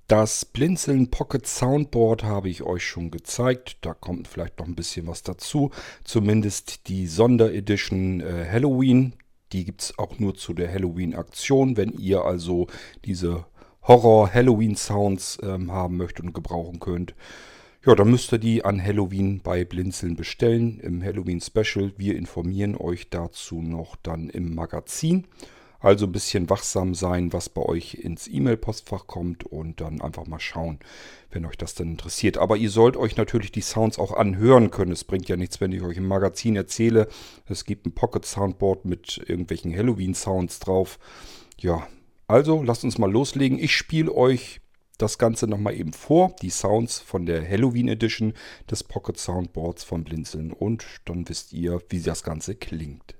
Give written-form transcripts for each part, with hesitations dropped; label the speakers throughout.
Speaker 1: Das Blinzeln Pocket Soundboard habe ich euch schon gezeigt. Da kommt vielleicht noch ein bisschen was dazu. Zumindest die Sonderedition Halloween. Die gibt es auch nur zu der Halloween-Aktion. Wenn ihr also diese Horror-Halloween-Sounds haben möchtet und gebrauchen könnt, ja, dann müsst ihr die an Halloween bei Blinzeln bestellen. Im Halloween-Special. Wir informieren euch dazu noch dann im Magazin. Also ein bisschen wachsam sein, was bei euch ins E-Mail-Postfach kommt und dann einfach mal schauen, wenn euch das dann interessiert. Aber ihr sollt euch natürlich die Sounds auch anhören können. Es bringt ja nichts, wenn ich euch im Magazin erzähle, es gibt ein Pocket Soundboard mit irgendwelchen Halloween-Sounds drauf. Ja, also lasst uns mal loslegen. Ich spiele euch das Ganze nochmal eben vor, die Sounds von der Halloween Edition des Pocket Soundboards von Blinzeln. Und dann wisst ihr, wie das Ganze klingt.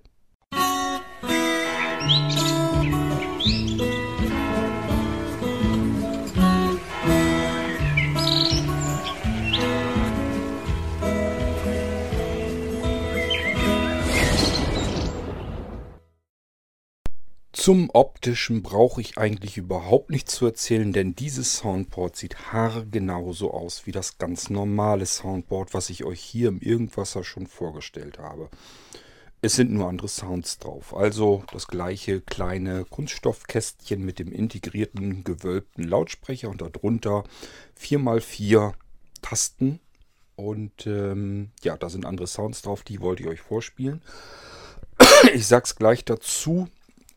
Speaker 1: Zum Optischen brauche ich eigentlich überhaupt nichts zu erzählen, denn dieses Soundboard sieht haargenau so aus wie das ganz normale Soundboard, was ich euch hier im Irgendwasser schon vorgestellt habe. Es sind nur andere Sounds drauf. Also das gleiche kleine Kunststoffkästchen mit dem integrierten gewölbten Lautsprecher und darunter 4x4 Tasten. Und ja, da sind andere Sounds drauf, die wollte ich euch vorspielen. Ich sag's gleich dazu.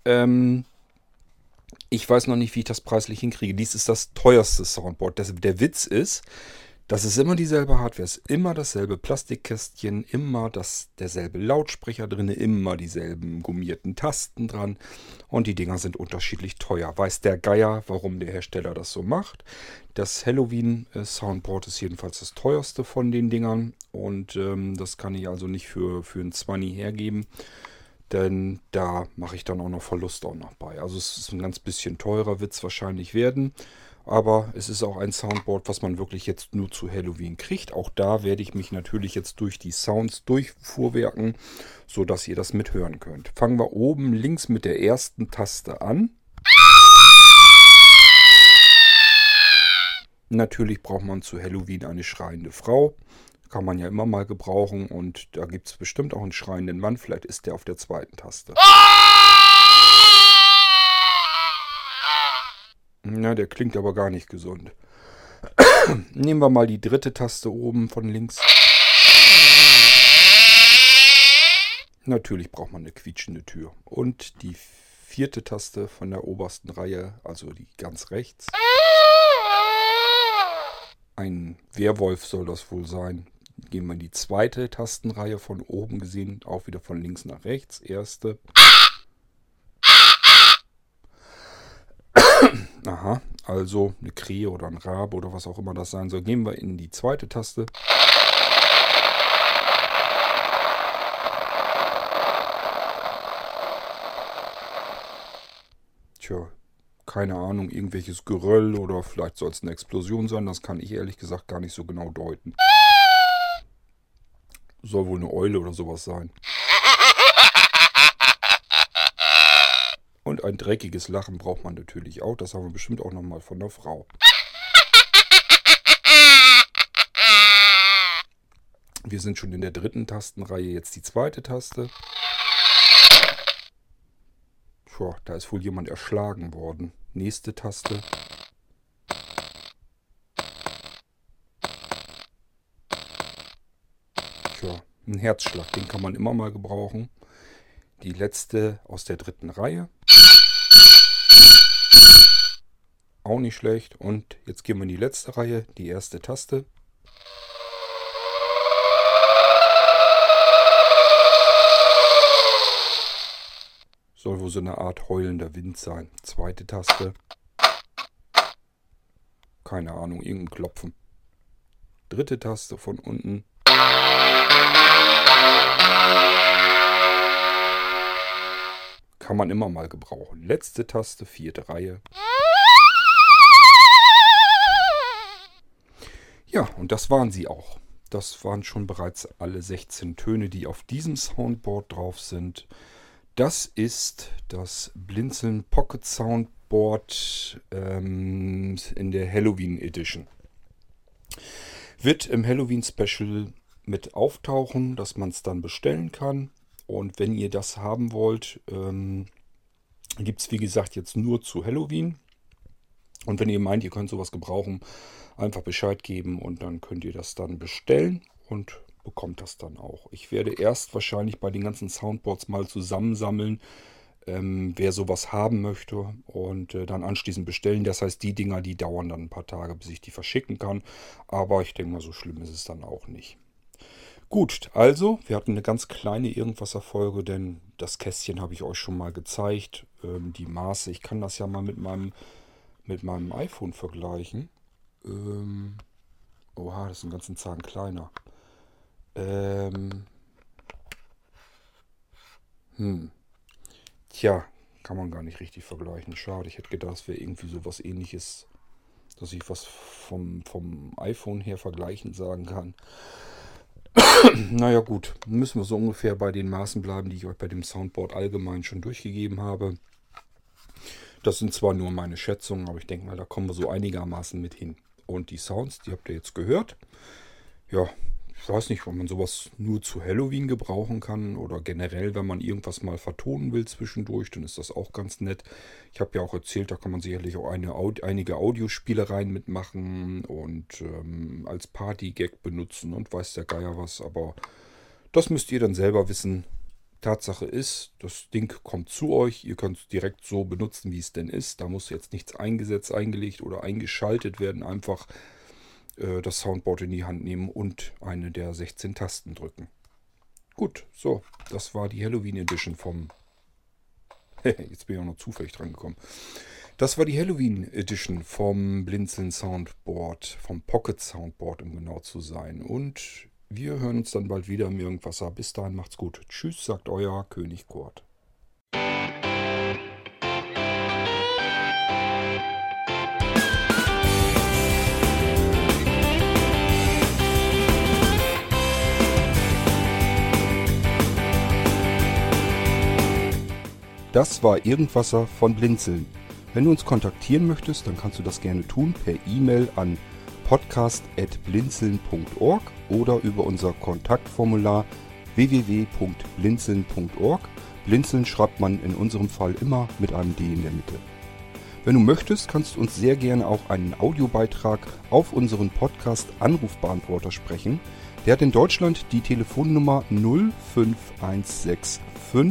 Speaker 1: Ich weiß noch nicht, wie ich das preislich hinkriege. Dies ist das teuerste Soundboard. Der Witz ist, das ist immer dieselbe Hardware, es ist immer dasselbe Plastikkästchen, immer derselbe Lautsprecher drin, immer dieselben gummierten Tasten dran und die Dinger sind unterschiedlich teuer. Weiß der Geier, warum der Hersteller das so macht. Das Halloween Soundboard ist jedenfalls das teuerste von den Dingern und das kann ich also nicht für ein 20 hergeben. Denn da mache ich dann auch noch Verlust auch noch bei. Also es ist ein ganz bisschen teurer, wird es wahrscheinlich werden. Aber es ist auch ein Soundboard, was man wirklich jetzt nur zu Halloween kriegt. Auch da werde ich mich natürlich jetzt durch die Sounds durchfuhrwerken, sodass ihr das mithören könnt. Fangen wir oben links mit der ersten Taste an. Natürlich braucht man zu Halloween eine schreiende Frau. Kann man ja immer mal gebrauchen und da gibt es bestimmt auch einen schreienden Mann. Vielleicht ist der auf der zweiten Taste. Na, der klingt aber gar nicht gesund. Nehmen wir mal die dritte Taste oben von links. Natürlich braucht man eine quietschende Tür. Und die vierte Taste von der obersten Reihe, also die ganz rechts. Ein Werwolf soll das wohl sein. Gehen wir in die zweite Tastenreihe von oben gesehen, auch wieder von links nach rechts. Erste. Aha, also eine Krähe oder ein Rabe oder was auch immer das sein soll. Gehen wir in die zweite Taste. Tja, keine Ahnung, irgendwelches Geröll oder vielleicht soll es eine Explosion sein. Das kann ich ehrlich gesagt gar nicht so genau deuten. Soll wohl eine Eule oder sowas sein. Und ein dreckiges Lachen braucht man natürlich auch. Das haben wir bestimmt auch nochmal von der Frau. Wir sind schon in der dritten Tastenreihe. Jetzt die zweite Taste. Tja, da ist wohl jemand erschlagen worden. Nächste Taste. Tja, ein Herzschlag, den kann man immer mal gebrauchen. Die letzte aus der dritten Reihe. Auch nicht schlecht. Und jetzt gehen wir in die letzte Reihe, die erste Taste. Soll wohl so eine Art heulender Wind sein. Zweite Taste. Keine Ahnung, irgendein Klopfen. Dritte Taste von unten. Kann man immer mal gebrauchen. Letzte Taste, vierte Reihe. Ja, und das waren sie auch. Das waren schon bereits alle 16 Töne, die auf diesem Soundboard drauf sind. Das ist das Blinzeln Pocket Sound Soundboard in der Halloween Edition. Wird im Halloween Special mit auftauchen, dass man es dann bestellen kann. Und wenn ihr das haben wollt, gibt es wie gesagt jetzt nur zu Halloween. Und wenn ihr meint, ihr könnt sowas gebrauchen, einfach Bescheid geben und dann könnt ihr das dann bestellen und bekommt das dann auch. Ich werde erst wahrscheinlich bei den ganzen Soundboards mal zusammensammeln, wer sowas haben möchte und dann anschließend bestellen. Das heißt, die Dinger, die dauern dann ein paar Tage, bis ich die verschicken kann. Aber ich denke mal, so schlimm ist es dann auch nicht. Gut, also, wir hatten eine ganz kleine Irgendwas-Erfolge, denn das Kästchen habe ich euch schon mal gezeigt. Die Maße, ich kann das ja mal mit meinem iPhone vergleichen. Oha, das ist einen ganzen Zagen kleiner. Tja, kann man gar nicht richtig vergleichen. Schade, ich hätte gedacht, es wäre irgendwie sowas Ähnliches, dass ich was vom iPhone her vergleichend sagen kann. Naja gut, müssen wir so ungefähr bei den Maßen bleiben, die ich euch bei dem Soundboard allgemein schon durchgegeben habe. Das sind zwar nur meine Schätzungen, aber ich denke mal, da kommen wir so einigermaßen mit hin. Und die Sounds, die habt ihr jetzt gehört. Ja, ich weiß nicht, ob man sowas nur zu Halloween gebrauchen kann oder generell, wenn man irgendwas mal vertonen will zwischendurch, dann ist das auch ganz nett. Ich habe ja auch erzählt, da kann man sicherlich auch einige Audiospielereien mitmachen und als Party-Gag benutzen und weiß der Geier was, aber das müsst ihr dann selber wissen. Tatsache ist, das Ding kommt zu euch, ihr könnt es direkt so benutzen, wie es denn ist. Da muss jetzt nichts eingesetzt, eingelegt oder eingeschaltet werden. Einfach das Soundboard in die Hand nehmen und eine der 16 Tasten drücken. Gut, so, das war die Halloween Edition vom... Jetzt bin ich auch noch zufällig dran gekommen. Das war die Halloween Edition vom Blinzeln Soundboard, vom Pocket Soundboard, um genau zu sein. Und wir hören uns dann bald wieder im Irgendwasser. Bis dahin macht's gut. Tschüss, sagt euer König Kurt. Das war Irgendwasser von Blinzeln. Wenn du uns kontaktieren möchtest, dann kannst du das gerne tun per E-Mail an podcast@blinzeln.org oder über unser Kontaktformular www.blinzeln.org. Blinzeln schreibt man in unserem Fall immer mit einem D in der Mitte. Wenn du möchtest, kannst du uns sehr gerne auch einen Audiobeitrag auf unseren Podcast Anrufbeantworter sprechen. Der hat in Deutschland die Telefonnummer 05165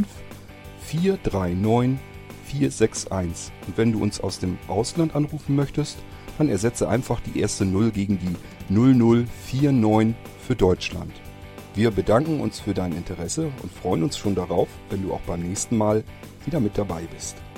Speaker 1: 439 461. Und wenn du uns aus dem Ausland anrufen möchtest, dann ersetze einfach die erste 0 gegen die 0049 für Deutschland. Wir bedanken uns für dein Interesse und freuen uns schon darauf, wenn du auch beim nächsten Mal wieder mit dabei bist.